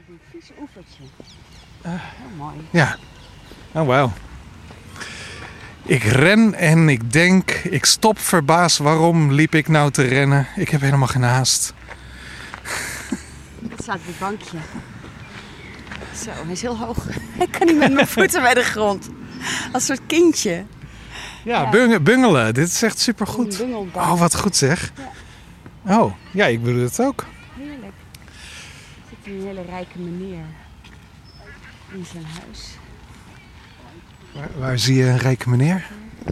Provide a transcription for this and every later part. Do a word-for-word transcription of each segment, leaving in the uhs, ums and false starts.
een vies oevertje. Uh, Heel mooi. Ja. Oh, wauw. Ik ren en ik denk, ik stop verbaasd. Waarom liep ik nou te rennen? Ik heb helemaal geen haast. Het staat op het bankje. Zo, hij is heel hoog. Ik kan niet met mijn voeten bij de grond. Als een soort kindje. Ja, Ja. Bung- bungelen. Dit is echt supergoed. Een bungelbank. Oh, wat goed zeg. Ja. Oh, ja, ik bedoel het ook. Heerlijk. Er zit een hele rijke meneer in zijn huis. Waar, waar zie je een rijke meneer?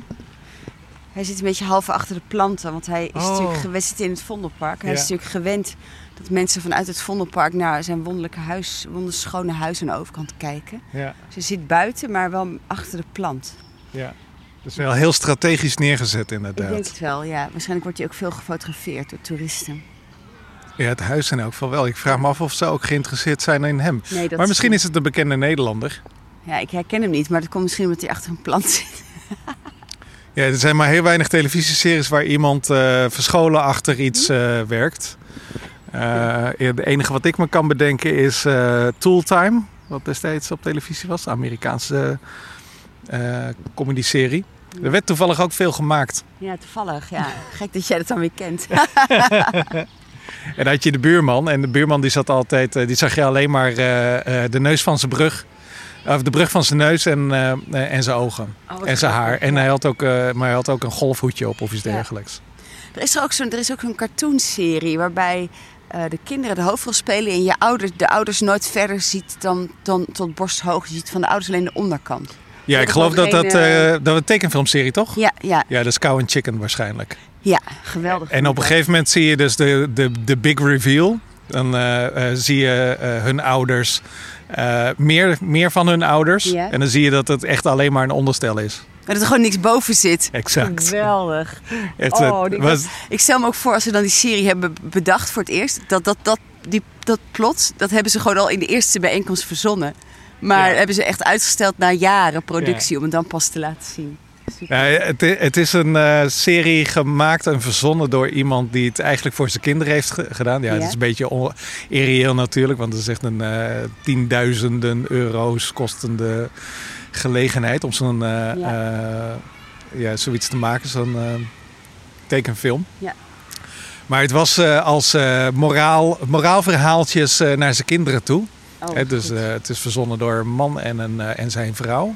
Hij zit een beetje half achter de planten, want hij is Oh. natuurlijk gewend zit in het Vondelpark. Hij Ja. is natuurlijk gewend dat mensen vanuit het Vondelpark naar zijn wonderlijke huis, wonderschone huis aan de overkant kijken. Ja, Ze zit buiten, maar wel achter de plant. ja. Dat is wel heel strategisch neergezet Ik inderdaad. denk het wel, ja. Waarschijnlijk wordt hij ook veel gefotografeerd door toeristen. Ja, het huis in elk geval wel. Ik vraag me af of ze ook geïnteresseerd zijn in hem. Nee, dat Maar misschien is het een bekende Nederlander. Ja, ik herken hem niet, maar dat komt misschien omdat hij achter een plant zit. Ja, er zijn maar heel weinig televisieseries waar iemand uh, verscholen achter iets uh, werkt. Uh, het enige wat ik me kan bedenken is uh, Tooltime, wat destijds op televisie was. Een Amerikaanse uh, comedy-serie. Er werd toevallig ook veel gemaakt. Ja, toevallig. Ja. Gek dat jij dat dan weer kent. En dan had je de buurman. En de buurman die zat altijd, die zag je alleen maar uh, uh, de neus van zijn brug. Of de brug van zijn neus en, uh, uh, en zijn ogen. Oh, en zijn haar. grappig, En ja. hij had, ook, uh, maar hij had ook een golfhoedje op of iets Ja. dergelijks. Er is er ook zo'n, er is ook zo'n cartoonserie waarbij uh, de kinderen de hoofdrol spelen en je ouders, de ouders nooit verder ziet dan, dan tot borsthoogte. Je ziet van de ouders alleen de onderkant. Ja, ik is geloof ook dat dat, geen, uh, uh, dat een tekenfilmserie, toch? Ja, ja, Ja, dat is Cow and Chicken waarschijnlijk. ja, geweldig. En op een gegeven moment zie je dus de, de, de big reveal. Dan uh, uh, zie je uh, hun ouders, uh, meer, meer van hun ouders. Ja. En dan zie je dat het echt alleen maar een onderstel is. Dat er gewoon niks boven zit. Exact. Geweldig. Het, Oh, het die was, Ik stel me ook voor als ze dan die serie hebben bedacht voor het eerst. Dat, dat, dat, die, dat plot, dat hebben ze gewoon al in de eerste bijeenkomst verzonnen. Maar Ja. hebben ze echt uitgesteld na jaren productie om het dan pas te laten zien. ja, het, het is een uh, serie gemaakt en verzonnen door iemand die het eigenlijk voor zijn kinderen heeft ge- gedaan. Ja, Ja. het is een beetje on- irreëel natuurlijk, want het is echt een uh, tienduizenden euro's kostende gelegenheid om zo'n uh, Ja. uh, ja, zoiets te maken, zo'n uh, tekenfilm. Ja. Maar het was uh, als uh, moraal, moraalverhaaltjes uh, naar zijn kinderen toe. Oh, He, dus goed. uh, het is verzonnen door een man en, een, uh, en zijn vrouw.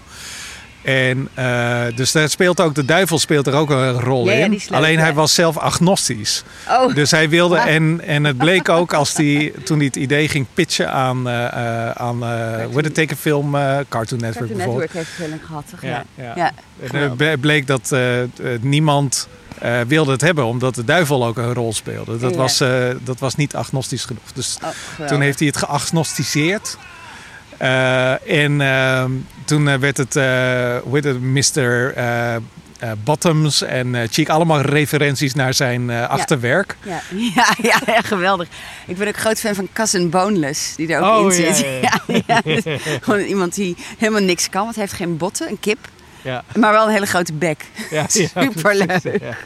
En uh, dus daar speelt ook de duivel speelt er ook een rol Ja, ja, in. die is leuk, Alleen ja. hij was zelf agnostisch. Oh. Dus hij wilde en, en het bleek ook als die toen hij het idee ging pitchen aan uh, uh, aan uh, hoe heet het tekenfilm uh, Cartoon Network Cartoon bijvoorbeeld. Network heeft film gehad, toch? Ja, Ja. ja. Ja. En het ble- bleek dat uh, uh, niemand uh, wilde het hebben omdat de duivel ook een rol speelde. Dat Ja. was uh, dat was niet agnostisch genoeg. Dus Oh, geweldig. toen heeft hij het geagnosticeerd. Uh, en uh, toen uh, werd het, uh, hoe heet het, mister Uh, uh, Bottoms en uh, Cheek. Allemaal referenties naar zijn uh, achterwerk. Ja. Ja, ja, ja, geweldig. Ik ben ook groot fan van Cousin Boneless, die er ook Oh, in ja, zit. ja, ja. Ja, ja. Dus gewoon iemand die helemaal niks kan, want hij heeft geen botten, een kip. Ja. Maar wel een hele grote bek. Ja, Superleuk. Ja, ja.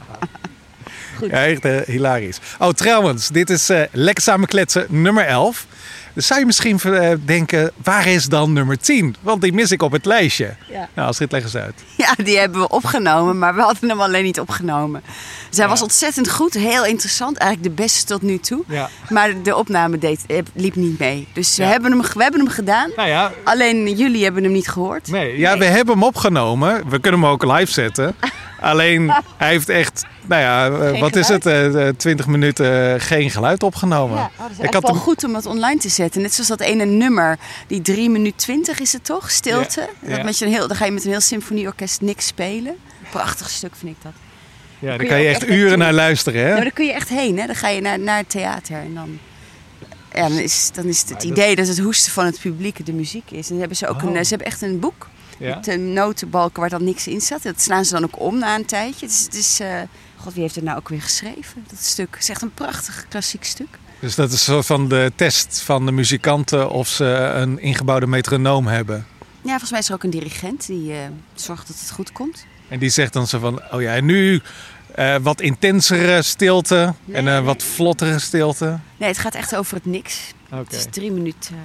Goed. Ja, echt uh, hilarisch. Oh, trouwens, dit is uh, Lekker Samen Kletsen nummer elf. Dus zou je misschien uh, denken, waar is dan nummer tien? Want die mis ik op het lijstje. Ja. Nou, Astrid, leg eens uit. Ja, die hebben we opgenomen, maar we hadden hem alleen niet opgenomen. Dus hij Ja. was ontzettend goed, heel interessant. Eigenlijk de beste tot nu toe. Ja. Maar de opname deed, eh, liep niet mee. Dus we, Ja. hebben hem, we hebben hem gedaan. Nou ja, Alleen jullie hebben hem niet gehoord. nee, ja, Nee. we hebben hem opgenomen. We kunnen hem ook live zetten. Alleen, hij heeft echt, nou ja, uh, Geen wat is het, geluid? uh, twintig minuten uh, geen geluid opgenomen. Ja, oh, dat is ik echt had wel hem, goed om dat online te zetten. Net zoals dat ene nummer, die drie minuten twintig is het toch? Stilte. Ja, Dat ja. met je een heel, dan ga je met een heel symfonieorkest niks spelen. Prachtig stuk vind ik dat. ja, daar kun kan je je ook echt echt uren naartoe. naar luisteren, hè? Ja, maar daar kun je echt heen. Hè? Dan ga je naar, naar het theater en dan... Ja, dan is, dan is het, het dat- idee dat het hoesten van het publiek de muziek is. En dan hebben ze ook Oh. een, ze hebben echt een boek Ja. met een notenbalken waar dan niks in staat. Dat slaan ze dan ook om na een tijdje. Het is, het is, uh, God, wie heeft het nou ook weer geschreven? Dat stuk. Het is echt een prachtig klassiek stuk. Dus dat is zo van de test van de muzikanten of ze een ingebouwde metronoom hebben. Ja, volgens mij is er ook een dirigent die uh, zorgt dat het goed komt. En die zegt dan zo van, oh ja, en nu uh, wat intensere stilte Nee, en uh, nee. wat vlottere stilte. Nee, het gaat echt over het niks. Oké. Het is drie minuten uh,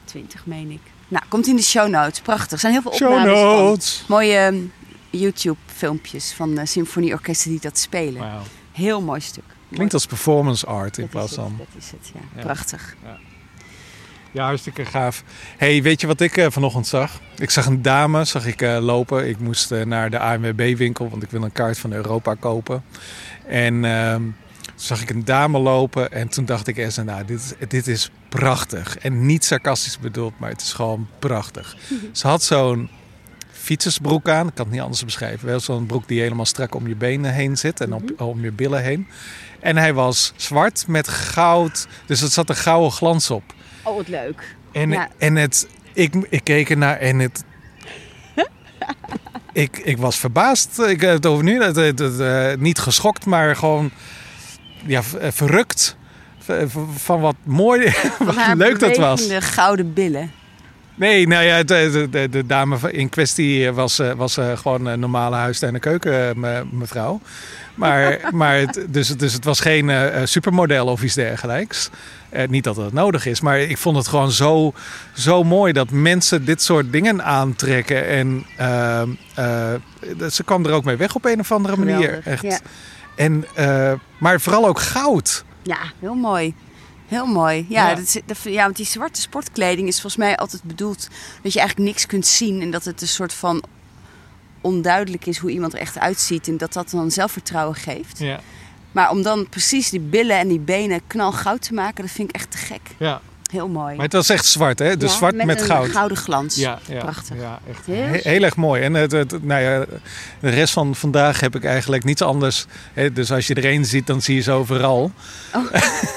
twintig, meen ik. Nou, komt in de show notes. Prachtig. Er zijn heel veel Show opnames notes. van mooie um, YouTube-filmpjes van uh, symfonieorkesten die dat spelen. Wow. Heel mooi stuk. Klinkt als performance art in dat plaats is het, van... Dat is het, ja. Ja. Prachtig. Ja. Ja, hartstikke gaaf. Hey, weet je wat ik uh, vanochtend zag? Ik zag een dame zag ik, uh, lopen. Ik moest uh, naar de A N W B-winkel, want ik wil een kaart van Europa kopen. En uh, toen zag ik een dame lopen en toen dacht ik eerst, nou, dit is, dit is prachtig. En niet sarcastisch bedoeld, maar het is gewoon prachtig. Ze had zo'n fietsersbroek aan, ik kan het niet anders beschrijven. Wel zo'n broek die helemaal strak om je benen heen zit en op, om je billen heen. En hij was zwart met goud, dus er zat een gouden glans op. Oh, wat leuk. En, ja. en het, ik, ik keek ernaar en het... ik, ik was verbaasd. Ik heb het over nu. Het, het, het, uh, niet geschokt, maar gewoon ja, verrukt. Van wat mooi, wat leuk dat was. De gouden billen. Nee, nou ja, de, de, de dame in kwestie was, was gewoon een normale huis- en keuken mevrouw. Maar, maar het, dus, dus het was geen uh, supermodel of iets dergelijks. Uh, niet dat het nodig is, maar ik vond het gewoon zo, zo mooi dat mensen dit soort dingen aantrekken. En uh, uh, ze kwam er ook mee weg op een of andere Geweldig, manier. Echt. Ja. En, uh, maar vooral ook goud. Ja, heel mooi. Heel mooi. Ja, Ja. Dat, dat, ja, want die zwarte sportkleding is volgens mij altijd bedoeld dat je eigenlijk niks kunt zien. En dat het een soort van onduidelijk is hoe iemand er echt uitziet. En dat dat dan zelfvertrouwen geeft. Ja. Maar om dan precies die billen en die benen knalgoud te maken, dat vind ik echt te gek. Ja. Heel mooi. Maar het was echt zwart, hè? Dus ja, zwart met, met een goud. gouden glans. Ja, ja, prachtig. Ja, echt Heel, heel, heel erg mooi. En het, het, nou ja, de rest van vandaag heb ik eigenlijk niets anders. Hè? Dus als je er één ziet, dan zie je ze overal. Oh.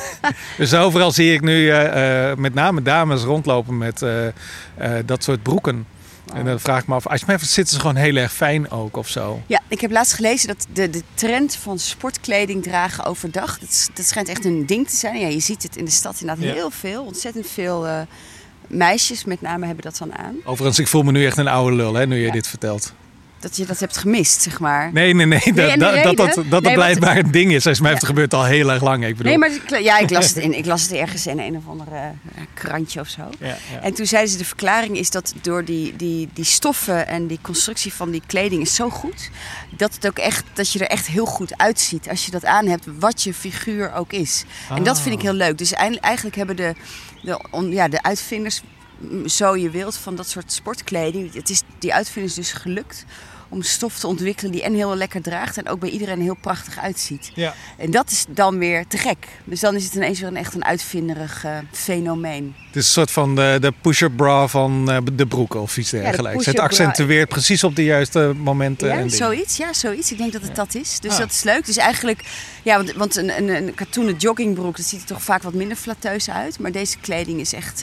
Dus overal zie ik nu uh, uh, met name dames rondlopen met uh, uh, dat soort broeken. Wow. En dan vraag ik me af, als je me even zitten ze gewoon heel erg fijn ook of zo. Ja, ik heb laatst gelezen dat de, de trend van sportkleding dragen overdag, dat, dat schijnt echt een ding te zijn. Ja, je ziet het in de stad inderdaad ja. heel veel, ontzettend veel uh, meisjes met name hebben dat dan aan. Overigens, ik voel me nu echt een oude lul, hè, nu je ja. dit vertelt. Dat je dat hebt gemist, zeg maar. Nee, nee, nee. nee dat, dat dat, dat, dat, dat nee, blijkbaar wat... een ding is. Volgens mij heeft ja. het gebeurt al heel erg lang. Ik bedoel... Nee, maar ja, ik las het, in, ik las het ergens in een of ander uh, krantje of zo. Ja, ja. En toen zeiden ze, de verklaring is dat door die, die, die stoffen en die constructie van die kleding is zo goed, dat, het ook echt, dat je er echt heel goed uitziet als je dat aan hebt, wat je figuur ook is. Ah. En dat vind ik heel leuk. Dus eigenlijk hebben de, de, on, ja, de uitvinders, zo je wilt, van dat soort sportkleding, het is die uitvinders dus gelukt om stof te ontwikkelen die en heel lekker draagt en ook bij iedereen heel prachtig uitziet. Ja. En dat is dan weer te gek. Dus dan is het ineens weer een echt een uitvinderig uh, fenomeen. Het is een soort van de, de pusher bra van uh, de broek of iets dergelijks. Ja, het accentueert bra. precies op de juiste momenten. Ja, en zoiets. Ja, zoiets. Ik denk dat het ja. dat is. Dus ah. dat is leuk. Dus eigenlijk, ja, want, want een, een, een katoenen joggingbroek, dat ziet er toch vaak wat minder flatteus uit. Maar deze kleding is echt... Uh,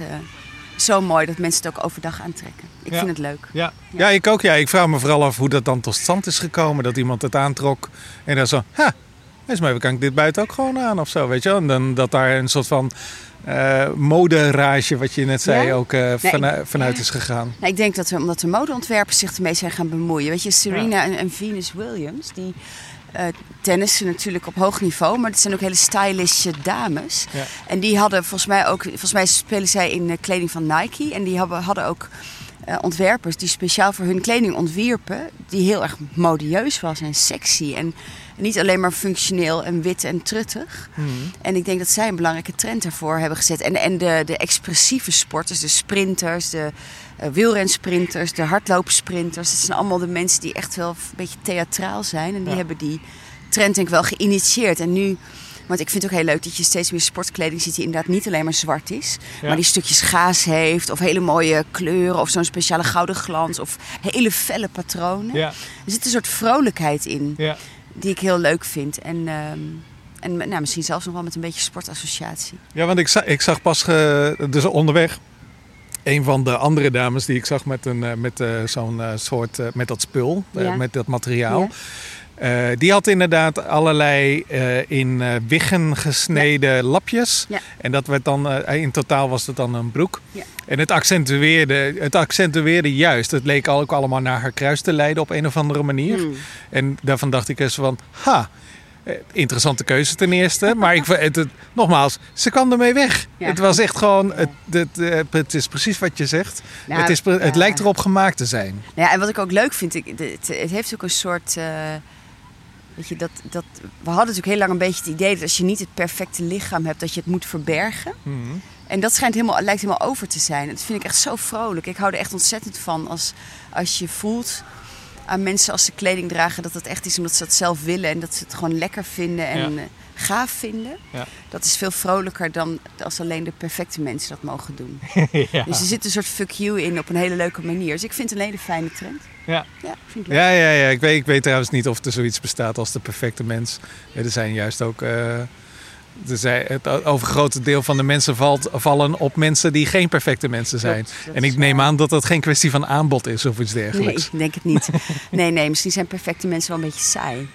zo mooi dat mensen het ook overdag aantrekken. Ik ja. vind het leuk. Ja. Ja. ja, ik ook. Ja. Ik vraag me vooral af hoe dat dan tot stand is gekomen. Dat iemand het aantrok en dan zo... Ha, eens maar even, kan ik dit buiten ook gewoon aan of zo, weet je wel? En dan dat daar een soort van uh, moderage, wat je net zei, ja? ook uh, nee, vanuit, ik, vanuit ja. is gegaan. Nou, ik denk dat we, omdat de modeontwerpers zich ermee zijn gaan bemoeien. Weet je, Serena ja. en, en Venus Williams, die... Uh, tennissen natuurlijk op hoog niveau, maar het zijn ook hele stylische dames. Ja. En die hadden volgens mij ook, volgens mij spelen zij in de kleding van Nike. En die hadden, hadden ook uh, ontwerpers die speciaal voor hun kleding ontwierpen, die heel erg modieus was en sexy. En niet alleen maar functioneel en wit en truttig. Mm-hmm. En ik denk dat zij een belangrijke trend daarvoor hebben gezet. En, en de, de expressieve sporters, de sprinters, de uh, wielrensprinters, de hardloopsprinters. Dat zijn allemaal de mensen die echt wel een beetje theatraal zijn. En die ja. hebben die trend denk ik wel geïnitieerd. En nu, want ik vind het ook heel leuk dat je steeds meer sportkleding ziet die inderdaad niet alleen maar zwart is. Ja. Maar die stukjes gaas heeft of hele mooie kleuren of zo'n speciale gouden glans of hele felle patronen. Ja. Er zit een soort vrolijkheid in. Ja. Die ik heel leuk vind. En, uh, en nou, misschien zelfs nog wel met een beetje sportassociatie. Ja, want ik zag, ik zag pas ge, dus onderweg een van de andere dames die ik zag met, een, met uh, zo'n uh, soort, uh, met dat spul, ja. uh, met dat materiaal. Ja. Uh, die had inderdaad allerlei uh, in uh, wiggen gesneden ja. lapjes. Ja. En dat werd dan, uh, in totaal was het dan een broek. Ja. En het accentueerde, het accentueerde juist. Het leek ook allemaal naar haar kruis te leiden op een of andere manier. Mm. En daarvan dacht ik eens van, ha, Interessante keuze ten eerste. Maar ik, het, het, nogmaals, ze kwam ermee weg. Ja. Het was echt gewoon... Ja. Het, het, het, het is precies wat je zegt. Nou, het, is, het ja. lijkt erop gemaakt te zijn. Nou ja, en wat ik ook leuk vind... Ik, het, het heeft ook een soort... Uh, weet je, dat, dat, we hadden natuurlijk heel lang een beetje het idee... dat als je niet het perfecte lichaam hebt... dat je het moet verbergen. Mm-hmm. En dat schijnt helemaal, lijkt helemaal over te zijn. Dat vind ik echt zo vrolijk. Ik hou er echt ontzettend van als, als je voelt... aan mensen als ze kleding dragen, dat het echt is omdat ze dat zelf willen en dat ze het gewoon lekker vinden en ja. gaaf vinden. Ja. Dat is veel vrolijker dan als alleen de perfecte mensen dat mogen doen. Ja. Dus er zit een soort fuck you in op een hele leuke manier. Dus ik vind het een hele fijne trend. Ja, ja, vind ik leuk. ja, ja, ja. Ik, weet, ik weet trouwens niet of er zoiets bestaat als de perfecte mens. Ja, er zijn juist ook... Uh... Dus het overgrote deel van de mensen valt, vallen op mensen die geen perfecte mensen zijn. Klopt, en ik neem aan dat dat geen kwestie van aanbod is of iets dergelijks. Nee, ik denk het niet. Nee, nee, misschien zijn perfecte mensen wel een beetje saai.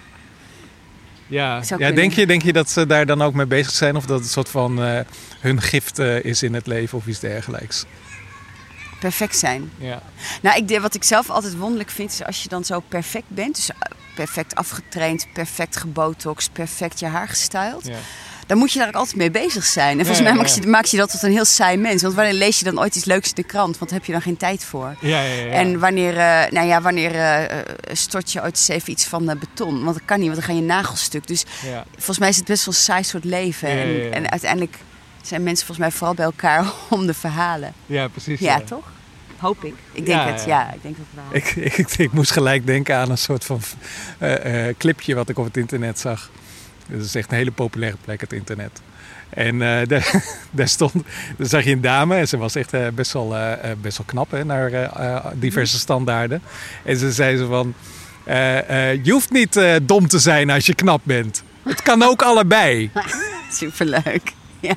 Ja, ja denk, je, denk je dat ze daar dan ook mee bezig zijn? Of dat het een soort van uh, hun gift uh, is in het leven of iets dergelijks? Perfect zijn. Ja. Nou, ik, wat ik zelf altijd wonderlijk vind, is als je dan zo perfect bent. Dus perfect afgetraind, perfect gebotoxed, perfect je haar gestyled. Ja. Dan moet je daar ook altijd mee bezig zijn. En volgens ja, mij maak je, ja. maak je dat tot een heel saai mens. Want wanneer lees je dan ooit iets leuks in de krant? Want daar heb je dan geen tijd voor. Ja, ja, ja. En wanneer, uh, nou ja, wanneer uh, stort je ooit eens even iets van uh, beton? Want dat kan niet, want dan ga je nagelstuk. Dus ja. volgens mij is het best wel een saai soort leven. Ja, ja, ja. En, en uiteindelijk zijn mensen volgens mij vooral bij elkaar om de verhalen. Ja, precies. Ja, ja. toch? Hoop ik. Ik denk ja, het, ja. ja. Ik denk dat het waar is. Ik, ik, ik moest gelijk denken aan een soort van uh, uh, clipje wat ik op het internet zag. Dat is echt een hele populaire plek, het internet. En uh, daar, daar stond, daar zag je een dame en ze was echt uh, best, wel, uh, best wel knap hè, naar uh, diverse standaarden. En ze zei zo van, uh, uh, je hoeft niet uh, dom te zijn als je knap bent. Het kan ook allebei. Superleuk, ja.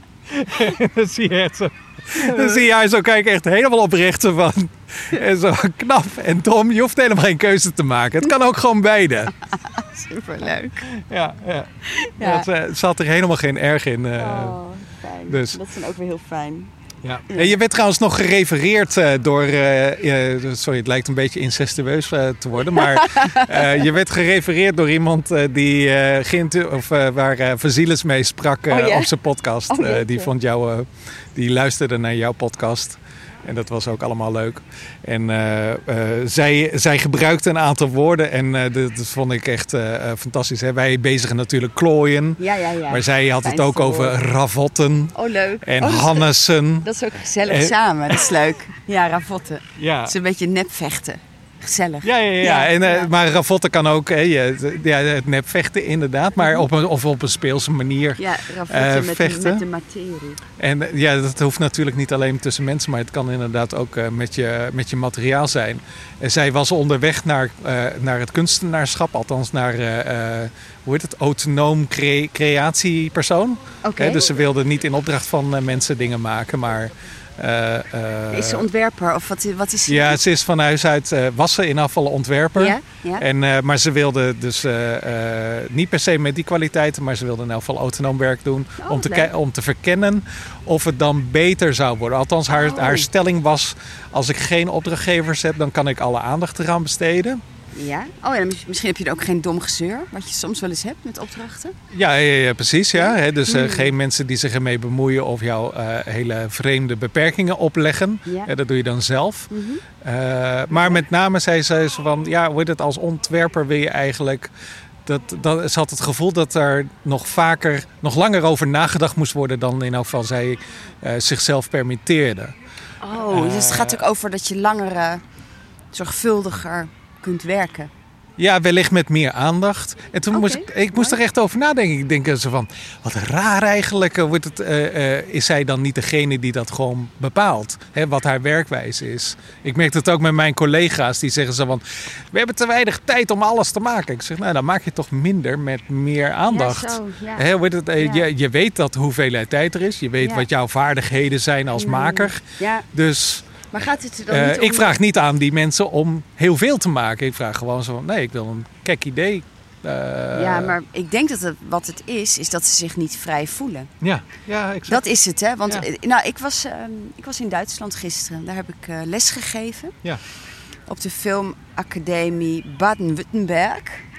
Dan zie je het zo. Dan zie je haar zo kijken, echt helemaal oprecht van. En zo knap en dom, je hoeft helemaal geen keuze te maken. Het kan ook gewoon beide. Superleuk. Ja, ja. ja. Het, het zat er helemaal geen erg in. Uh, oh, fijn. Dus. Dat is dan ook weer heel fijn. Ja. Ja. Je werd trouwens nog gerefereerd uh, door... Uh, uh, sorry, het lijkt een beetje incestueus uh, te worden. Maar uh, je werd gerefereerd door iemand uh, die, uh, geïnter- of, uh, waar uh, Vazilis mee sprak uh, oh, yeah? op zijn podcast. Oh, uh, die, vond jou, uh, die luisterde naar jouw podcast. En dat was ook allemaal leuk. En uh, uh, zij, zij gebruikte een aantal woorden en uh, dat, dat vond ik echt uh, fantastisch. Hè? Wij bezigen natuurlijk klooien. Ja, ja, ja. Maar zij had het ook over ravotten. Oh, leuk. En oh, hannessen. Dat is ook gezellig en, samen. Dat is leuk. Ja, ravotten. Ja. Het is een beetje nepvechten. Gezellig. Ja, ja, ja. ja. En, uh, ja. Maar ravotten kan ook, hè, je, ja, het nepvechten inderdaad, maar op een, of op een speelse manier ja, ravotten uh, met, vechten. De, met de materie. En uh, ja, dat hoeft natuurlijk niet alleen tussen mensen, maar het kan inderdaad ook uh, met, je, met je materiaal zijn. En zij was onderweg naar, uh, naar het kunstenaarschap, althans naar, uh, uh, hoe heet het, autonoom cre- creatiepersoon. Okay. Dus ze wilde niet in opdracht van uh, mensen dingen maken, maar... Uh, uh, is ze ontwerper of wat, wat is ze? Ja, ze is van huis uit, uh, was ze in afval ontwerper. Ja, ja. En, uh, maar ze wilde dus uh, uh, niet per se met die kwaliteiten, maar ze wilde in elk geval autonoom werk doen. Oh, om, te ke- om te verkennen of het dan beter zou worden. Althans, haar, oh. haar stelling was, als ik geen opdrachtgevers heb, dan kan ik alle aandacht eraan besteden. Ja? Oh ja, misschien heb je er ook geen dom gezeur, wat je soms wel eens hebt met opdrachten. Ja, ja, ja precies. Ja. He, dus uh, mm. geen mensen die zich ermee bemoeien of jou uh, hele vreemde beperkingen opleggen. Ja. Ja, dat doe je dan zelf. Mm-hmm. Uh, maar met name zei ze van, ja, hoe heet het, als ontwerper wil je eigenlijk... Dat, dat, ze had het gevoel dat er nog vaker, nog langer over nagedacht moest worden dan in elk geval zij uh, zichzelf permitteerde. Oh, uh, dus het gaat ook over dat je langer, uh, zorgvuldiger... kunt werken. Ja, wellicht met meer aandacht. En toen okay. moest ik, ik moest er echt over nadenken. Ik denk zo van, wat raar eigenlijk. Wordt het, uh, uh, is zij dan niet degene die dat gewoon bepaalt? Hè, wat haar werkwijze is. Ik merk het ook met mijn collega's. Die zeggen zo van, we hebben te weinig tijd om alles te maken. Ik zeg, nou dan maak je toch minder met meer aandacht. Ja, zo, ja. Hè, wordt het, uh, ja. je, je weet dat hoeveelheid tijd er is. Je weet ja. wat jouw vaardigheden zijn als maker. Ja. Dus... Maar gaat het er dan uh, niet om... Ik vraag niet aan die mensen om heel veel te maken. Ik vraag gewoon zo van, nee, ik wil een kek idee. Uh... Ja, maar ik denk dat het, wat het is, is dat ze zich niet vrij voelen. Ja, ja exact. Dat is het, hè. Want ja. nou, ik, was, uh, ik was in Duitsland gisteren. Daar heb ik uh, les gegeven. Ja. Op de filmacademie Baden-Württemberg.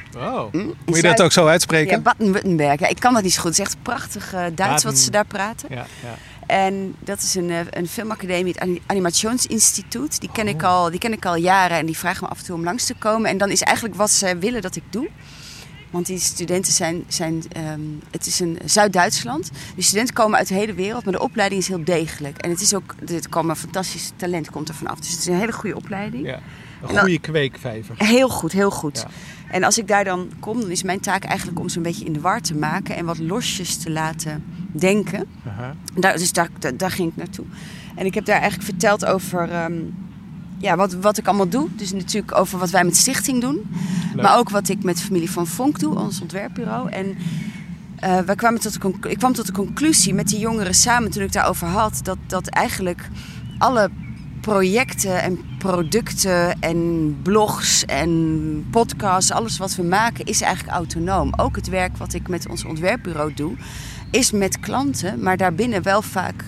Oh. Hm? Moet je dat ook zo uitspreken? Ja, Baden-Württemberg. Ja, ik kan dat niet zo goed. Het is echt prachtig uh, Duits Baden. Wat ze daar praten. Ja, ja. En dat is een, een filmacademie, het Animationsinstituut. Die ken, oh. ik al, die ken ik al jaren en die vragen me af en toe om langs te komen. En dan is eigenlijk wat ze willen dat ik doe. Want die studenten zijn... zijn um, het is een Zuid-Duitsland. Die studenten komen uit de hele wereld, maar de opleiding is heel degelijk. En het is ook... Er komen fantastisch talent komt er vanaf. Dus het is een hele goede opleiding. Ja, een goede dan, kweekvijver. Heel goed, heel goed. Ja. En als ik daar dan kom, dan is mijn taak eigenlijk om ze een beetje in de war te maken. En wat losjes te laten denken. Uh-huh. Daar, dus daar, daar, daar ging ik naartoe. En ik heb daar eigenlijk verteld over... Um, Ja, wat, wat ik allemaal doe. Dus natuurlijk over wat wij met Stichting doen. Leuk. Maar ook wat ik met familie Van Vonk doe, ons ontwerpbureau. En uh, wij kwamen tot de conclu- ik kwam tot de conclusie met die jongeren samen toen ik daarover had. Dat, dat eigenlijk alle projecten en producten en blogs en podcasts, alles wat we maken, is eigenlijk autonoom. Ook het werk wat ik met ons ontwerpbureau doe, is met klanten, maar daarbinnen wel vaak...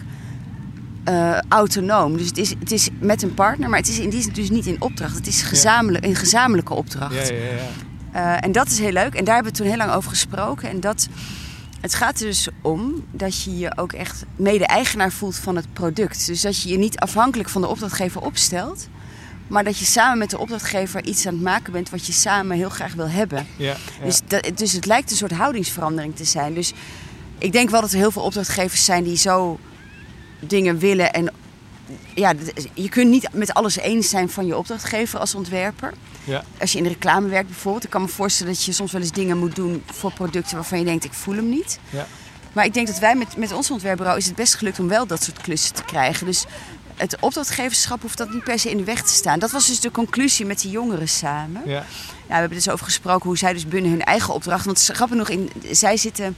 Uh, autonoom. Dus het is, het is met een partner, maar het is in die zin dus niet in opdracht. Het is gezamenlijk, een gezamenlijke opdracht. Ja, ja, ja. Uh, en dat is heel leuk. En daar hebben we toen heel lang over gesproken. En dat, het gaat er dus om dat je je ook echt mede-eigenaar voelt van het product. Dus dat je je niet afhankelijk van de opdrachtgever opstelt, maar dat je samen met de opdrachtgever iets aan het maken bent wat je samen heel graag wil hebben. Ja, ja. Dus, dat, dus het lijkt een soort houdingsverandering te zijn. Dus ik denk wel dat er heel veel opdrachtgevers zijn die zo dingen willen. En ja, je kunt niet met alles eens zijn van je opdrachtgever als ontwerper. Ja. Als je in de reclame werkt bijvoorbeeld. Ik kan me voorstellen dat je soms wel eens dingen moet doen voor producten waarvan je denkt, ik voel hem niet. Ja. Maar ik denk dat wij met, met ons ontwerpbureau is het best gelukt om wel dat soort klussen te krijgen. Dus het opdrachtgeverschap hoeft dat niet per se in de weg te staan. Dat was dus de conclusie met die jongeren samen. Ja. Nou, we hebben dus over gesproken hoe zij dus binnen hun eigen opdracht. Want grappig nog, in, zij zitten...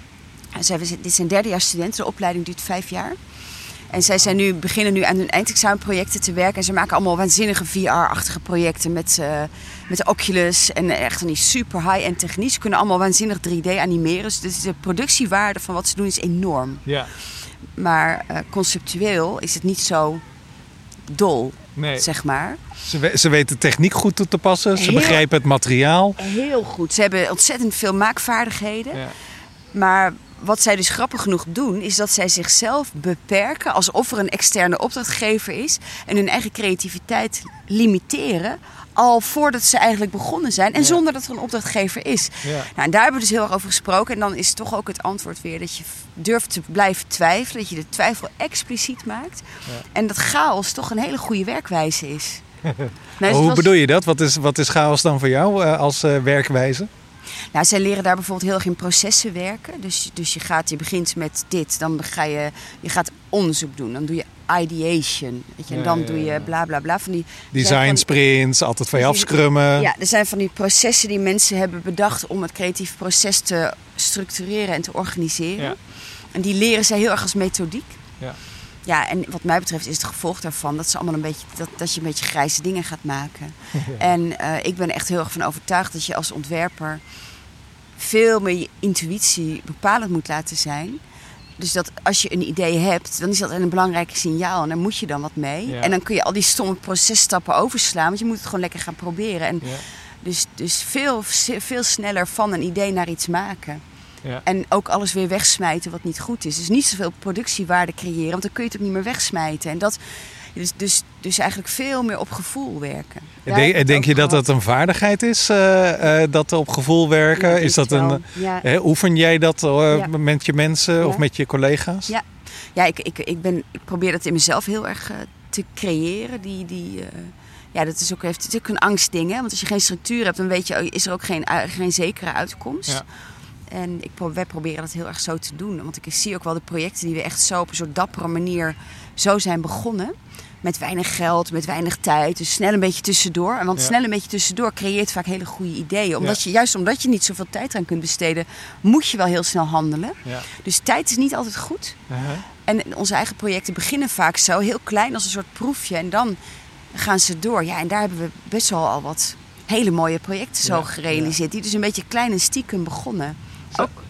Zij, dit zijn derdejaars studenten, de opleiding duurt vijf jaar. En zij zijn nu, beginnen nu aan hun eindexamenprojecten te werken. En ze maken allemaal waanzinnige V R-achtige projecten met, uh, met de Oculus. En echt van die super high-end techniek. Ze kunnen allemaal waanzinnig drie D animeren. Dus de productiewaarde van wat ze doen is enorm. Ja. Maar uh, conceptueel is het niet zo dol, nee. zeg maar. Ze, we, ze weten techniek goed toe te passen. Ze heel, begrijpen het materiaal. Heel goed. Ze hebben ontzettend veel maakvaardigheden. Ja. Maar wat zij dus grappig genoeg doen, is dat zij zichzelf beperken alsof er een externe opdrachtgever is en hun eigen creativiteit limiteren al voordat ze eigenlijk begonnen zijn en ja. zonder dat er een opdrachtgever is. Ja. Nou, en daar hebben we dus heel erg over gesproken en dan is toch ook het antwoord weer dat je durft te blijven twijfelen, dat je de twijfel expliciet maakt ja. en dat chaos toch een hele goede werkwijze is. nou, Hoe was... bedoel je dat? Wat is, wat is chaos dan voor jou uh, als uh, werkwijze? Nou, zij leren daar bijvoorbeeld heel erg in processen werken. Dus, dus je, gaat, je begint met dit, dan ga je, je gaat onderzoek doen. Dan doe je ideation. Weet je, en dan ja, ja, ja. doe je bla bla bla. Van die, Design van, sprints, altijd van je afscrummen. Ja, er zijn van die processen die mensen hebben bedacht om het creatieve proces te structureren en te organiseren. Ja. En die leren zij heel erg als methodiek. Ja. Ja, en wat mij betreft is het gevolg daarvan dat, ze allemaal een beetje, dat, dat je een beetje grijze dingen gaat maken. Ja. En uh, ik ben er echt heel erg van overtuigd dat je als ontwerper veel meer je intuïtie bepalend moet laten zijn. Dus dat als je een idee hebt, dan is dat een belangrijk signaal en daar moet je dan wat mee. Ja. En dan kun je al die stomme processtappen overslaan, want je moet het gewoon lekker gaan proberen. En ja. Dus, dus veel, veel sneller van een idee naar iets maken. Ja. En ook alles weer wegsmijten wat niet goed is. Dus niet zoveel productiewaarde creëren, want dan kun je het ook niet meer wegsmijten. En dat, dus, dus, dus eigenlijk veel meer op gevoel werken. Denk, denk je dat dat een vaardigheid is, uh, uh, dat op gevoel werken? Ja, is dat een, ja. uh, oefen jij dat uh, ja. met je mensen ja. of met je collega's? Ja, ja ik, ik, ik, ben, ik probeer dat in mezelf heel erg uh, te creëren. Die, die, uh, ja, dat is ook, heeft, het is ook een angstding. Hè? Want als je geen structuur hebt, dan weet je, is er ook geen, geen zekere uitkomst. Ja. En ik, wij proberen dat heel erg zo te doen. Want ik zie ook wel de projecten die we echt zo op een soort dappere manier zo zijn begonnen. Met weinig geld, met weinig tijd. Dus snel een beetje tussendoor. En want ja. snel een beetje tussendoor creëert vaak hele goede ideeën. Omdat ja. je, juist omdat je niet zoveel tijd aan kunt besteden, moet je wel heel snel handelen. Ja. Dus tijd is niet altijd goed. Uh-huh. En onze eigen projecten beginnen vaak zo, heel klein als een soort proefje. En dan gaan ze door. Ja, en daar hebben we best wel al wat hele mooie projecten zo ja. gerealiseerd. Ja. Die dus een beetje klein en stiekem begonnen. Ook,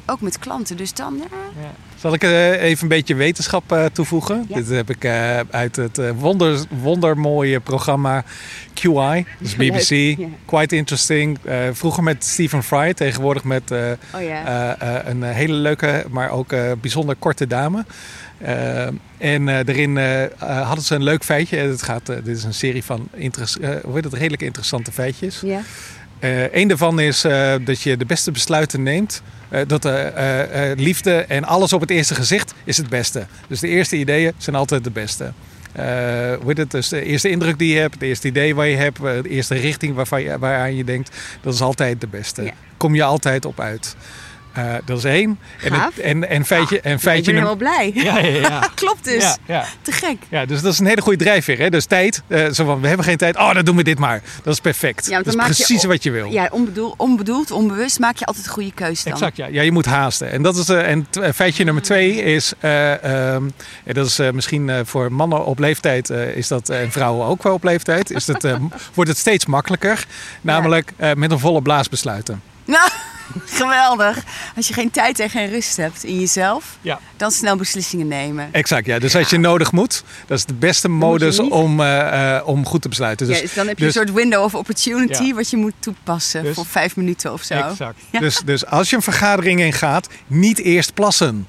ook met klanten. Dus dan, ja... ja. Zal ik uh, even een beetje wetenschap uh, toevoegen? Ja. Dit heb ik uh, uit het uh, wonder, wondermooie programma Q I, dus B B C. Ja. Quite interesting. Uh, vroeger met Stephen Fry, tegenwoordig met uh, oh, ja. uh, uh, een hele leuke, maar ook uh, bijzonder korte dame. Uh, en uh, daarin uh, uh, hadden ze een leuk feitje. Het gaat, uh, dit is een serie van interess- uh, hoe heet het, redelijk interessante feitjes. Ja. Uh, Eén daarvan is uh, dat je de beste besluiten neemt. Uh, dat uh, uh, uh, liefde en alles op het eerste gezicht is het beste. Dus de eerste ideeën zijn altijd de beste. Uh, hoe heet het? Dus de eerste indruk die je hebt, het eerste idee waar je hebt, de eerste richting waarvan je, waaraan je denkt, dat is altijd de beste. Ja. Kom je altijd op uit. Uh, dat is één. En, het, en, en feitje, ja, en feitje ik ben helemaal blij. Ja, ja, ja. Klopt dus. Ja, ja. Te gek. Ja, dus dat is een hele goede drijfveer. Hè? Dus tijd. Uh, zo van, we hebben geen tijd. Oh, dan doen we dit maar. Dat is perfect. Ja, dat is precies je, wat je wil. Ja, onbedoeld, onbedoeld, onbewust maak je altijd een goede keuze dan. Exact, ja. Ja, je moet haasten. En, dat is, uh, en t- feitje nummer twee is... Uh, um, en dat is uh, misschien uh, voor mannen op leeftijd... Uh, is dat, uh, en vrouwen ook wel op leeftijd... Is dat, uh, wordt het steeds makkelijker. Namelijk uh, met een volle blaas besluiten. Nou, geweldig. Als je geen tijd en geen rust hebt in jezelf, ja. dan snel beslissingen nemen. Exact, ja. Dus ja. als je nodig moet, dat is de beste modus om, uh, uh, om goed te besluiten. Dus, ja, dus dan heb je dus, een soort window of opportunity ja. wat je moet toepassen dus, voor vijf minuten of zo. Exact. Ja. Dus, dus als je een vergadering in gaat, niet eerst plassen.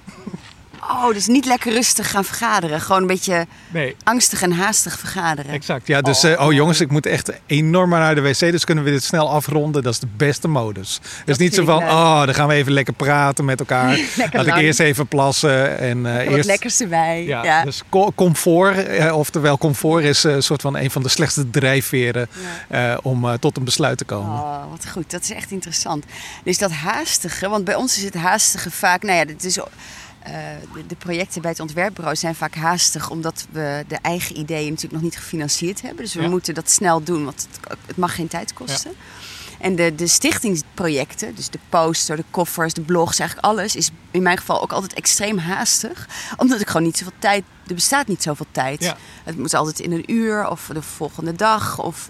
Oh, dus niet lekker rustig gaan vergaderen. Gewoon een beetje nee. angstig en haastig vergaderen. Exact, ja. Dus, oh. Uh, oh jongens, ik moet echt enorm naar de wc. Dus kunnen we dit snel afronden. Dat is de beste modus. Dus niet zo van, leuk. oh, dan gaan we even lekker praten met elkaar. Laat ik eerst even plassen. En, uh, wat eerst... lekkers erbij. Ja, ja. Dus co- comfort, uh, oftewel comfort is een uh, soort van een van de slechtste drijfveren ja. uh, om uh, tot een besluit te komen. Oh, wat goed. Dat is echt interessant. Dus dat haastige, want bij ons is het haastige vaak, nou ja, dit is... Uh, de, de projecten bij het ontwerpbureau zijn vaak haastig omdat we de eigen ideeën natuurlijk nog niet gefinancierd hebben. Dus we ja. moeten dat snel doen, want het, het mag geen tijd kosten. Ja. En de, de stichtingsprojecten, dus de poster, de koffers, de blogs, eigenlijk alles, is in mijn geval ook altijd extreem haastig. Omdat ik gewoon niet zoveel tijd, er bestaat niet zoveel tijd. Ja. Het moet altijd in een uur of de volgende dag of...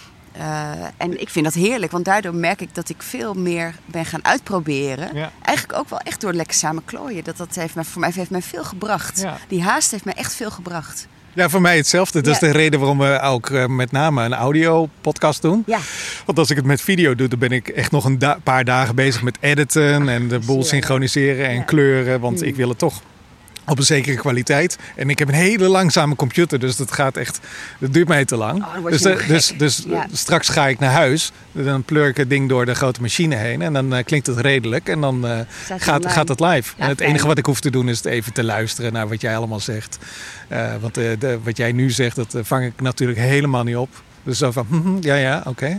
Uh, en ik vind dat heerlijk, want daardoor merk ik dat ik veel meer ben gaan uitproberen. Ja. Eigenlijk ook wel echt door lekker samen klooien. Dat, dat heeft mij, voor mij heeft mij veel gebracht. Ja. Die haast heeft mij echt veel gebracht. Ja, voor mij hetzelfde. Dat ja. is de reden waarom we ook uh, met name een audio-podcast doen. Ja. Want als ik het met video doe, dan ben ik echt nog een da- paar dagen bezig met editen en de boel synchroniseren en ja. kleuren. Want hmm. ik wil het toch op een zekere kwaliteit. En ik heb een hele langzame computer, dus dat gaat echt... Dat duurt mij te lang. Oh, dus de, dus, dus ja. straks ga ik naar huis. Dan pleur ik het ding door de grote machine heen. En dan uh, klinkt het redelijk. En dan uh, gaat, gaat het live. Ja, en het fijn. enige wat ik hoef te doen is het even te luisteren naar wat jij allemaal zegt. Uh, want uh, de, wat jij nu zegt, dat uh, vang ik natuurlijk helemaal niet op. Dus zo van, hm, ja, ja, oké. Okay.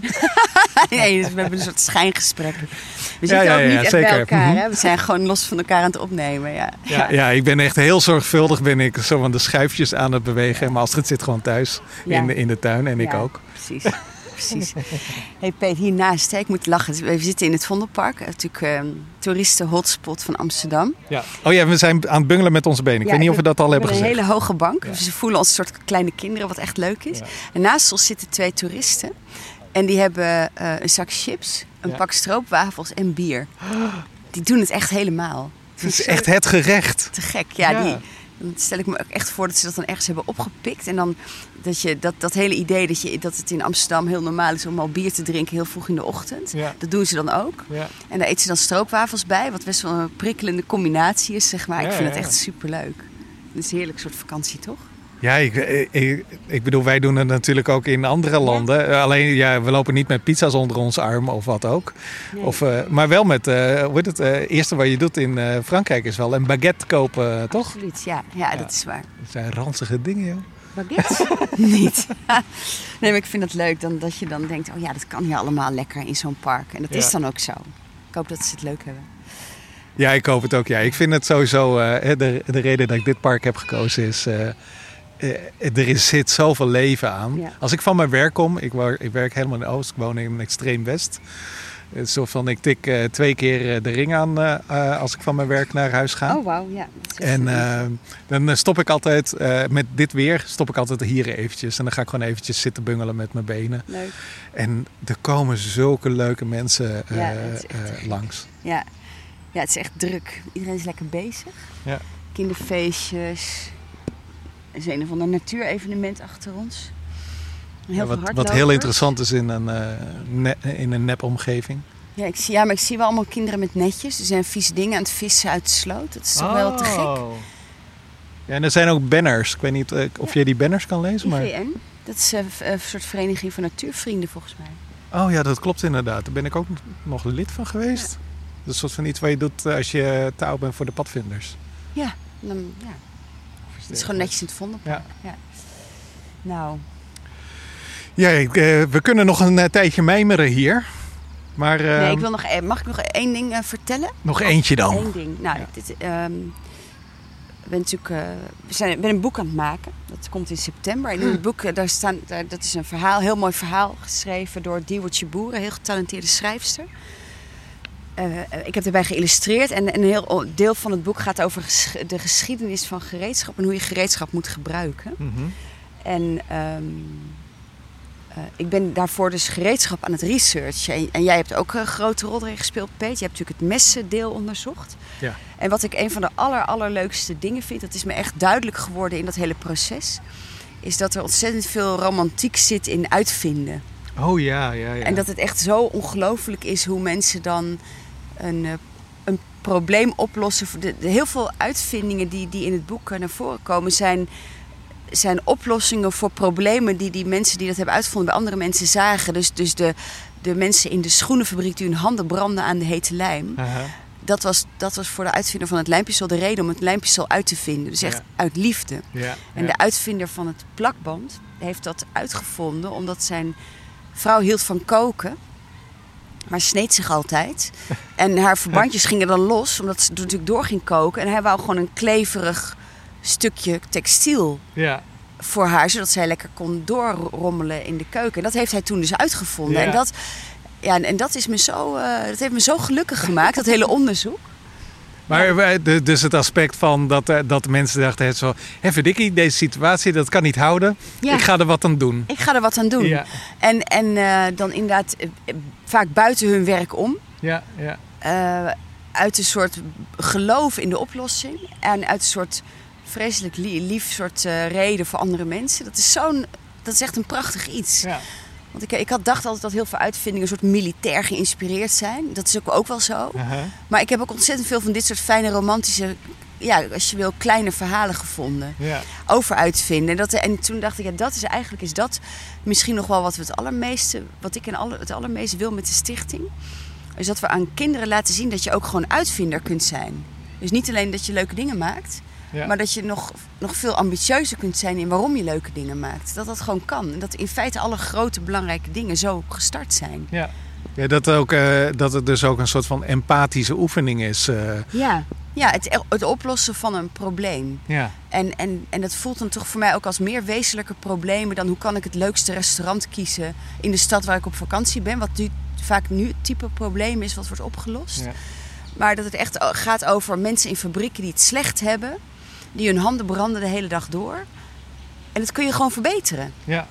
Nee, dus we hebben een soort schijngesprek. We zitten ja, ja, ook niet ja, echt zeker. bij elkaar. Mm-hmm. Hè? We zijn gewoon los van elkaar aan het opnemen. Ja, ja, ja. ja ik ben echt heel zorgvuldig ben ik zo van de schuifjes aan het bewegen. Maar Astrid zit gewoon thuis ja. in, de, in de tuin en ja, ik ook. Precies. Precies. Hey Peet, hiernaast, ik moet lachen. We zitten in het Vondelpark, natuurlijk uh, toeristen-hotspot van Amsterdam. Ja. Oh ja, we zijn aan het bungelen met onze benen. Ik ja, weet niet of we dat al hebben gezegd. Een hele hoge bank. Ja. Dus we voelen ons een soort kleine kinderen, wat echt leuk is. Ja. En naast ons zitten twee toeristen. En die hebben uh, een zak chips, een ja. pak stroopwafels en bier. Die doen het echt helemaal. Het is zo echt het gerecht. Te gek, ja. ja. Die, dan stel ik me ook echt voor dat ze dat dan ergens hebben opgepikt. En dan dat, je, dat, dat hele idee dat, je, dat het in Amsterdam heel normaal is om al bier te drinken heel vroeg in de ochtend. Ja. Dat doen ze dan ook. Ja. En daar eten ze dan stroopwafels bij, wat best wel een prikkelende combinatie is, zeg maar. Ja, ik vind ja, ja. het echt superleuk. Het is een heerlijk soort vakantie, toch? Ja, ik, ik, ik bedoel, wij doen het natuurlijk ook in andere landen. Ja. Alleen, ja, we lopen niet met pizza's onder ons arm of wat ook. Nee. Of, uh, maar wel met, uh, hoe heet het, uh, het eerste wat je doet in uh, Frankrijk is wel een baguette kopen, uh, toch? Absoluut, ja. Ja, ja. Dat is waar. Dat zijn ranzige dingen, joh. Baguette? Niet. Nee, maar ik vind het leuk dan, dat je dan denkt, oh ja, dat kan hier allemaal lekker in zo'n park. En dat ja. is dan ook zo. Ik hoop dat ze het leuk hebben. Ja, ik hoop het ook, ja. Ik vind het sowieso, uh, de, de reden dat ik dit park heb gekozen is... Uh, Uh, er is, zit zoveel leven aan. Ja. Als ik van mijn werk kom, ik, wo- ik werk helemaal in de Oost, ik woon in extreem West. Uh, zo van, ik tik uh, twee keer uh, de ring aan uh, uh, als ik van mijn werk naar huis ga. Oh, wauw, ja. En uh, dan stop ik altijd, uh, met dit weer, stop ik altijd hier eventjes. En dan ga ik gewoon eventjes zitten bungelen met mijn benen. Leuk. En er komen zulke leuke mensen uh, ja, uh, langs. Ja. Ja, het is echt druk. Iedereen is lekker bezig. Ja. Kinderfeestjes. Er is een of ander natuurevenement achter ons. Heel ja, veel wat, wat heel interessant is in een, uh, ne- in een nep-omgeving. Ja, ik zie, ja, maar ik zie wel allemaal kinderen met netjes. Er zijn vieze dingen aan het vissen uit de sloot. Dat is toch oh. wel te gek. Ja, en er zijn ook banners. Ik weet niet uh, of ja. je die banners kan lezen. Maar... I V N, dat is uh, een soort vereniging van natuurvrienden volgens mij. Oh ja, dat klopt inderdaad. Daar ben ik ook nog lid van geweest. Ja. Dat is een soort van iets wat je doet als je te oud bent voor de padvinders. Ja, dan, ja. Het is gewoon netjes in het vondelpark. Ja. Ja. Nou. Ja, ik, uh, we kunnen nog een uh, tijdje mijmeren hier. Maar, uh, nee, ik wil nog, mag ik nog één ding uh, vertellen? Nog eentje dan? Eén ding. Nou, ja. dit, um, we, ben natuurlijk, uh, we zijn ben een boek aan het maken. Dat komt in september. En in het boek, uh, daar staan, daar, dat is een verhaal, heel mooi verhaal geschreven door Diewertje Boeren, een heel getalenteerde schrijfster. Uh, ik heb erbij geïllustreerd en, en een heel deel van het boek gaat over ges- de geschiedenis van gereedschap en hoe je gereedschap moet gebruiken. Mm-hmm. En um, uh, ik ben daarvoor dus gereedschap aan het researchen. En, en jij hebt ook een grote rol erin gespeeld, Peet. Je hebt natuurlijk het messendeel onderzocht. Ja. En wat ik een van de aller, allerleukste dingen vind, dat is me echt duidelijk geworden in dat hele proces, is dat er ontzettend veel romantiek zit in uitvinden. Oh ja, ja, ja. En dat het echt zo ongelooflijk is hoe mensen dan een, een probleem oplossen. De, de, heel veel uitvindingen die, die in het boek naar voren komen zijn, zijn oplossingen voor problemen die die mensen die dat hebben uitgevonden bij andere mensen zagen. Dus, dus de, de mensen in de schoenenfabriek die hun handen branden aan de hete lijm. Uh-huh. Dat was, dat was voor de uitvinder van het lijmpistool de reden om het lijmpistool uit te vinden. Dus echt ja. uit liefde. Ja, en ja. de uitvinder van het plakband heeft dat uitgevonden omdat zijn vrouw hield van koken, maar sneed zich altijd. En haar verbandjes gingen dan los, omdat ze natuurlijk door ging koken. En hij wou gewoon een kleverig stukje textiel ja. voor haar, zodat zij lekker kon doorrommelen in de keuken. En dat heeft hij toen dus uitgevonden. Ja. En, dat, ja, en dat, is me zo, uh, dat heeft me zo gelukkig gemaakt, dat hele onderzoek. Maar dus het aspect van dat, dat de mensen dachten, zo, hé verdikkie, deze situatie, dat kan niet houden. Ja. Ik ga er wat aan doen. Ik ga er wat aan doen. Ja. En, en uh, dan inderdaad uh, vaak buiten hun werk om. Ja, ja. Uh, uit een soort geloof in de oplossing. En uit een soort vreselijk lief soort uh, reden voor andere mensen. Dat is zo'n, dat is echt een prachtig iets. Ja. Want ik, ik had dacht altijd dat heel veel uitvindingen een soort militair geïnspireerd zijn. Dat is ook, ook wel zo. Uh-huh. Maar ik heb ook ontzettend veel van dit soort fijne romantische, ja, als je wil, kleine verhalen gevonden. Yeah. Over uitvinden. Dat, en toen dacht ik, ja, dat is eigenlijk is dat misschien nog wel wat we het allermeeste, wat ik en alle, het allermeeste wil met de stichting. Is dat we aan kinderen laten zien dat je ook gewoon uitvinder kunt zijn. Dus niet alleen dat je leuke dingen maakt. Ja. Maar dat je nog, nog veel ambitieuzer kunt zijn in waarom je leuke dingen maakt. Dat dat gewoon kan. En dat in feite alle grote belangrijke dingen zo gestart zijn. Ja, ja dat, ook, uh, dat het dus ook een soort van empathische oefening is. Uh... Ja, ja het, het oplossen van een probleem. Ja. En, en, en dat voelt dan toch voor mij ook als meer wezenlijke problemen dan hoe kan ik het leukste restaurant kiezen in de stad waar ik op vakantie ben. Wat nu, vaak nu het type probleem is wat wordt opgelost. Ja. Maar dat het echt gaat over mensen in fabrieken die het slecht hebben. Die hun handen branden de hele dag door. En dat kun je gewoon verbeteren. Ja.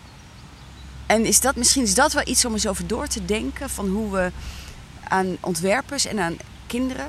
En is dat, misschien is dat wel iets om eens over door te denken. Van hoe we aan ontwerpers en aan kinderen.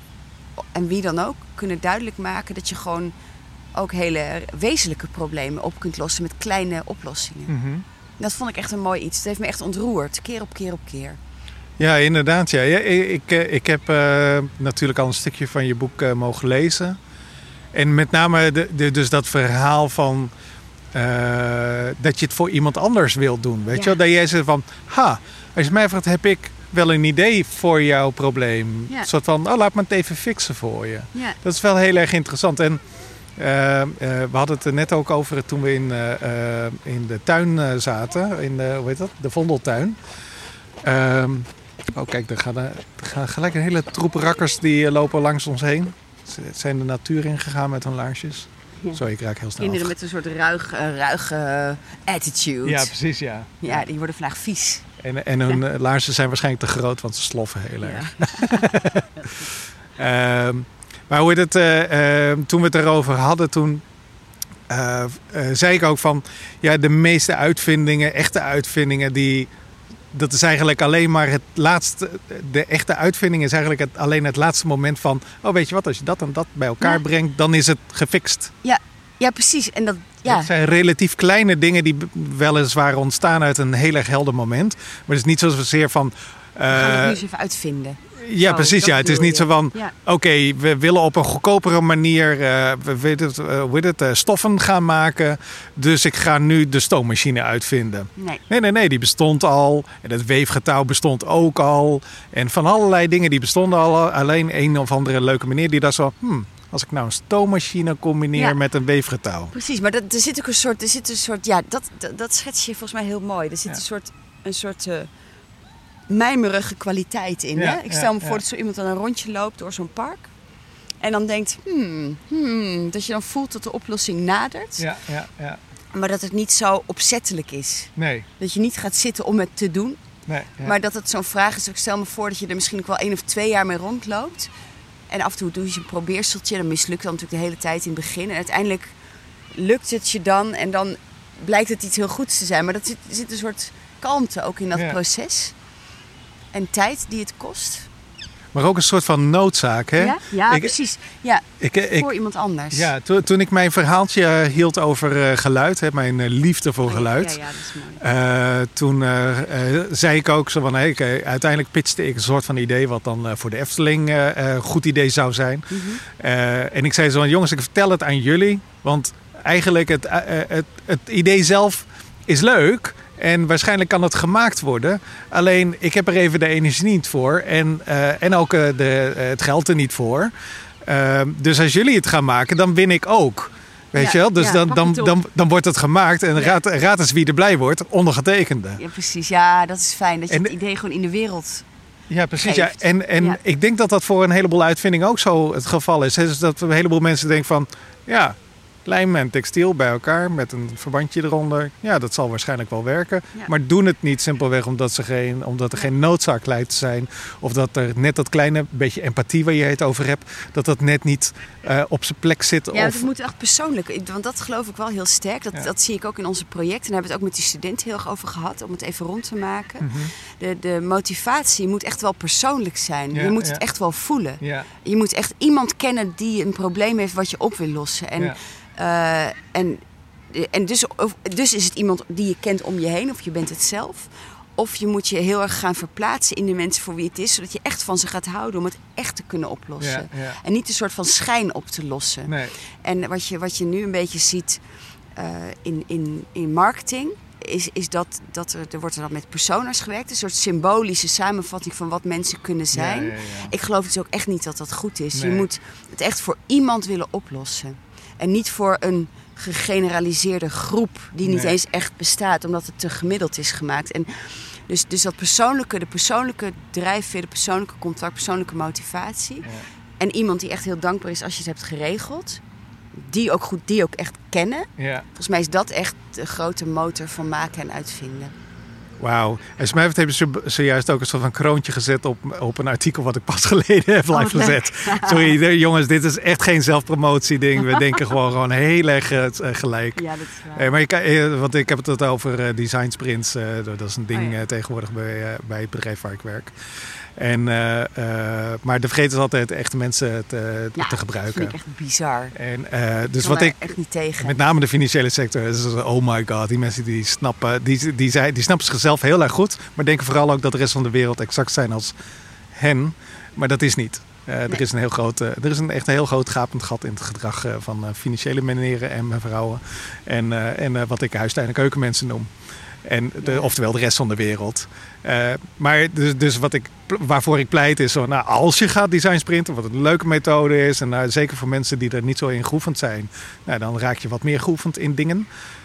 En wie dan ook. Kunnen duidelijk maken dat je gewoon ook hele wezenlijke problemen op kunt lossen. Met kleine oplossingen. Mm-hmm. Dat vond ik echt een mooi iets. Het heeft me echt ontroerd. Keer op keer op keer. Ja, inderdaad. Ja. Ik, ik, ik heb uh, natuurlijk al een stukje van je boek uh, mogen lezen. En met name de, de, dus dat verhaal van uh, dat je het voor iemand anders wilt doen. Weet ja. je wel? Dat jij zegt van, ha, als je mij vraagt, heb ik wel een idee voor jouw probleem. Ja. Een soort van, oh, laat me het even fixen voor je. Ja. Dat is wel heel erg interessant. En uh, uh, we hadden het er net ook over toen we in, uh, uh, in de tuin uh, zaten. In de, hoe heet dat? De Vondeltuin. Uh, oh, kijk, er gaan, er gaan gelijk een hele troep rakkers die uh, lopen langs ons heen. Ze zijn de natuur ingegaan met hun laarsjes. Ja. Sorry, ik raak heel snel Kinderen af. Met een soort ruig, uh, ruige uh, attitude. Ja, precies, ja. Ja, die worden vandaag vies. En, en hun ja. laarzen zijn waarschijnlijk te groot, want ze sloffen heel erg. Ja. um, maar hoe het, uh, uh, toen we het erover hadden, toen uh, uh, zei ik ook van, ja, de meeste uitvindingen, echte uitvindingen, die, dat is eigenlijk alleen maar het laatste... De echte uitvinding is eigenlijk het, alleen het laatste moment van... Oh, weet je wat, als je dat en dat bij elkaar ja. brengt, dan is het gefixt. Ja, ja precies. En dat, ja. Het zijn relatief kleine dingen die weliswaar ontstaan uit een heel erg helder moment. Maar het is niet zozeer van... We gaan het nu eens even uitvinden. Ja, zo, precies. Ja. Het is niet je. zo van, ja. oké, okay, we willen op een goedkopere manier uh, we weet het, uh, weet het, uh, stoffen gaan maken. Dus ik ga nu de stoommachine uitvinden. Nee. nee, nee, nee, die bestond al. En het weefgetouw bestond ook al. En van allerlei dingen die bestonden al. Alleen een of andere leuke meneer die dacht zo... Hmm, als ik nou een stoommachine combineer ja. met een weefgetouw. Precies, maar dat, er zit ook een soort... Er zit een soort ja, dat, dat, dat schets je volgens mij heel mooi. Er zit ja. een soort... Een soort uh, mijmerige kwaliteit in. Ja, hè? Ik stel me ja, voor ja. dat zo iemand dan een rondje loopt door zo'n park. En dan denkt, hmm, hmm, dat je dan voelt dat de oplossing nadert. Ja, ja, ja. Maar dat het niet zo opzettelijk is. Nee. Dat je niet gaat zitten om het te doen. Nee, ja. Maar dat het zo'n vraag is. Ik stel me voor dat je er misschien ook wel één of twee jaar mee rondloopt. En af en toe doe je een probeerseltje. Dan mislukt dat natuurlijk de hele tijd in het begin. En uiteindelijk lukt het je dan. En dan blijkt het iets heel goeds te zijn. Maar er zit, zit een soort kalmte ook in dat ja. proces. En tijd die het kost. Maar ook een soort van noodzaak, hè? Ja, ja ik, precies. Ja, ik, ik, voor iemand anders. Ja, to, toen ik mijn verhaaltje hield over uh, geluid, hè, mijn uh, liefde voor oh, geluid. Ja, ja, dat is mooi. Uh, toen uh, uh, zei ik ook zo van, hey, okay, uiteindelijk pitchte ik een soort van idee wat dan uh, voor de Efteling uh, een goed idee zou zijn. Mm-hmm. Uh, en ik zei zo van, jongens, ik vertel het aan jullie. Want eigenlijk het, uh, het, het idee zelf is leuk. En waarschijnlijk kan het gemaakt worden. Alleen, ik heb er even de energie niet voor. En, uh, en ook uh, de, uh, het geld er niet voor. Uh, dus als jullie het gaan maken, dan win ik ook. Weet ja, je wel? Dus ja, dan, dan, dan, dan wordt het gemaakt. En ja. raad, raad eens wie er blij wordt. Ondergetekende. Ja, precies. Ja, dat is fijn. Dat je en, het idee gewoon in de wereld Ja, precies. Ja. En, en ja. ik denk dat dat voor een heleboel uitvindingen ook zo het geval is. Dus dat een heleboel mensen denken van... ja. Lijm en textiel bij elkaar met een verbandje eronder. Ja, dat zal waarschijnlijk wel werken. Ja. Maar doen het niet simpelweg omdat, ze geen, omdat er geen noodzaak lijkt te zijn. Of dat er net dat kleine beetje empathie waar je het over hebt. Dat dat net niet uh, op zijn plek zit. Ja, of... het moet echt persoonlijk. Want dat geloof ik wel heel sterk. Dat, ja. dat zie ik ook in onze projecten. En daar hebben we het ook met die studenten heel erg over gehad. Om het even rond te maken. Mm-hmm. De, de motivatie moet echt wel persoonlijk zijn. Ja, je moet ja. het echt wel voelen. Ja. Je moet echt iemand kennen die een probleem heeft wat je op wil lossen. En... Ja. Uh, en en dus, dus is het iemand die je kent om je heen, of je bent het zelf. Of je moet je heel erg gaan verplaatsen in de mensen voor wie het is, zodat je echt van ze gaat houden om het echt te kunnen oplossen. Ja, ja. En niet een soort van schijn op te lossen. Nee. En wat je, wat je nu een beetje ziet uh, in, in, in marketing, is, is dat, dat er, er wordt er dan met persona's gewerkt. Een soort symbolische samenvatting van wat mensen kunnen zijn. Ja, ja, ja. Ik geloof dus ook echt niet dat dat goed is. Nee. Je moet het echt voor iemand willen oplossen. En niet voor een gegeneraliseerde groep die niet nee. eens echt bestaat, omdat het te gemiddeld is gemaakt. En dus, dus dat persoonlijke, de persoonlijke drijfveer, de persoonlijke contact, persoonlijke motivatie. Ja. En iemand die echt heel dankbaar is als je het hebt geregeld. Die ook goed, die ook echt kennen. Ja. Volgens mij is dat echt de grote motor van maken en uitvinden. Wauw. En volgens mij hebben ze zojuist ook een soort van kroontje gezet op, op een artikel wat ik pas geleden heb live oh, gezet. Sorry jongens, dit is echt geen zelfpromotie ding. We denken gewoon, gewoon heel erg uh, gelijk. Ja, dat is waar. Uh, maar je kan, uh, want ik heb het over uh, design sprints. Uh, dat is een ding oh, ja. uh, tegenwoordig bij, uh, bij het bedrijf waar ik werk. En, uh, uh, maar de vergeten is altijd echte mensen te, ja, te gebruiken. Dat vind ik echt bizar. En, uh, dus wat ik echt niet tegen. Met name de financiële sector. Is, oh my god, die mensen die snappen, die, die, die, die snappen zichzelf heel erg goed. Maar denken vooral ook dat de rest van de wereld exact zijn als hen. Maar dat is niet. Uh, nee. Er is een heel groot, uh, er is een echt een heel groot gapend gat in het gedrag uh, van uh, financiële meneren en vrouwen. En, uh, en uh, wat ik huistuin- en keukenmensen noem. En de, ja. Oftewel de rest van de wereld. Uh, maar dus, dus wat ik, waarvoor ik pleit is, zo, nou, als je gaat design sprinten, wat een leuke methode is. En uh, zeker voor mensen die er niet zo in geoefend zijn. Nou, dan raak je wat meer geoefend in dingen.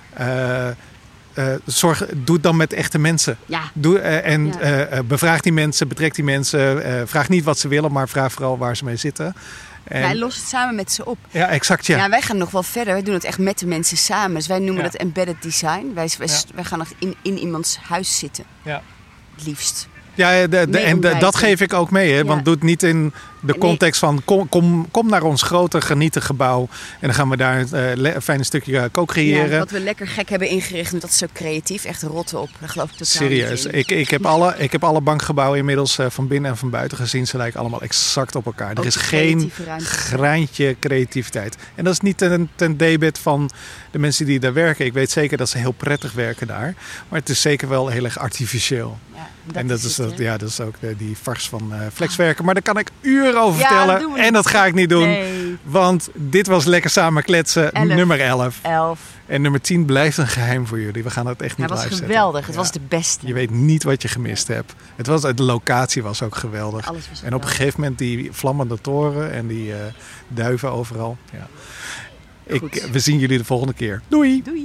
Uh, uh, zorg, doe het dan met echte mensen. Ja. Doe, uh, en ja. uh, bevraag die mensen, betrek die mensen. Uh, vraag niet wat ze willen, maar vraag vooral waar ze mee zitten. En... Wij lossen het samen met ze op. Ja, exact. Ja. Ja, wij gaan nog wel verder. Wij doen het echt met de mensen samen. Dus wij noemen ja. dat embedded design. Wij, wij, ja. wij gaan echt in, in iemands huis zitten. Ja. Het liefst. Ja, de, de, en de, dat geef ik ook mee. Hè? Ja. Want doe het niet in de context van kom, kom, kom naar ons grote genieten gebouw. En dan gaan we daar uh, een fijn stukje uh, co-creëren. Ja, wat we lekker gek hebben ingericht. Dat is zo creatief. Echt rotten op. Daar geloof ik totaal Serieus. Ik, ik, heb alle, ik heb alle bankgebouwen inmiddels uh, van binnen en van buiten gezien. Ze lijken allemaal exact op elkaar. Ook er is geen greintje creativiteit. En dat is niet ten, ten debet van de mensen die daar werken. Ik weet zeker dat ze heel prettig werken daar. Maar het is zeker wel heel erg artificieel. Ja, dat en dat is, is het, dat, ja, dat is ook de, die vars van uh, flexwerken. Maar daar kan ik uren over ja, vertellen. Dat en dat ga ik niet doen. Nee. Want dit was Lekker Samen Kletsen, elf. nummer elf. elf. En nummer tien blijft een geheim voor jullie. We gaan het echt niet live zetten. Het was geweldig. Het ja. was de beste. Je weet niet wat je gemist ja. hebt. Het was, de locatie was ook geweldig. Alles was en op een gegeven moment die vlammende toren en die uh, duiven overal. Ja. Ik, we zien jullie de volgende keer. Doei! Doei!